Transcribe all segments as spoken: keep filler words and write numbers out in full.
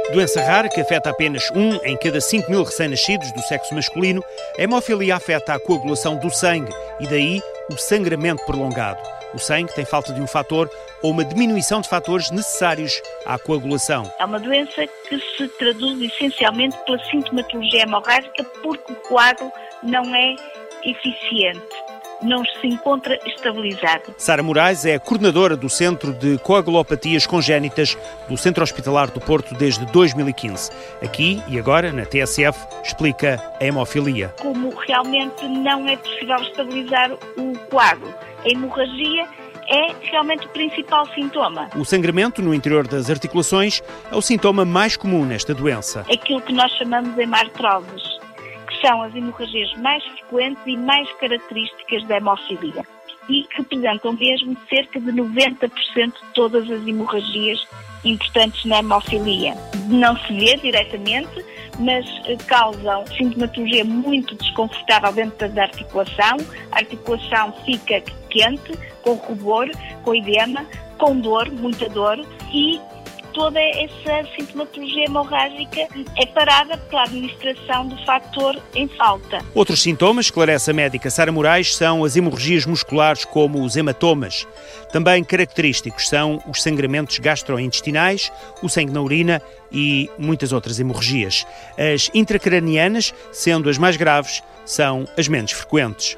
Doença rara que afeta apenas um em cada cinco mil recém-nascidos do sexo masculino, a hemofilia afeta a coagulação do sangue e daí o sangramento prolongado. O sangue tem falta de um fator ou uma diminuição de fatores necessários à coagulação. É uma doença que se traduz essencialmente pela sintomatologia hemorrágica porque o quadro não é eficiente, não se encontra estabilizado. Sara Moraes é a coordenadora do Centro de Coagulopatias Congénitas do Centro Hospitalar do Porto desde dois mil e quinze. Aqui e agora, na T S F, explica a hemofilia. Como realmente não é possível estabilizar o quadro, a hemorragia é realmente o principal sintoma. O sangramento no interior das articulações é o sintoma mais comum nesta doença. Aquilo que nós chamamos de hemartroses, que são as hemorragias mais frequentes e mais características da hemofilia e que representam mesmo cerca de noventa por cento de todas as hemorragias importantes na hemofilia. Não se vê diretamente, mas causam sintomatologia muito desconfortável dentro da articulação. A articulação fica quente, com rubor, com edema, com dor, muita dor, e toda essa sintomatologia hemorrágica é parada pela administração do fator em falta. Outros sintomas, esclarece a médica Sara Moraes, são as hemorragias musculares como os hematomas. Também característicos são os sangramentos gastrointestinais, o sangue na urina e muitas outras hemorragias. As intracranianas, sendo as mais graves, são as menos frequentes.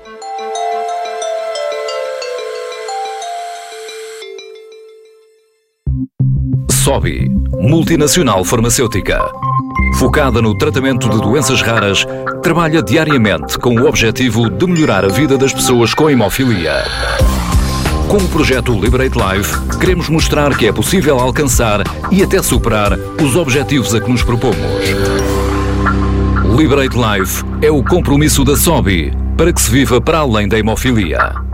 Sobi, multinacional farmacêutica. Focada no tratamento de doenças raras, trabalha diariamente com o objetivo de melhorar a vida das pessoas com hemofilia. Com o projeto Liberate Life, queremos mostrar que é possível alcançar e até superar os objetivos a que nos propomos. Liberate Life é o compromisso da Sobi para que se viva para além da hemofilia.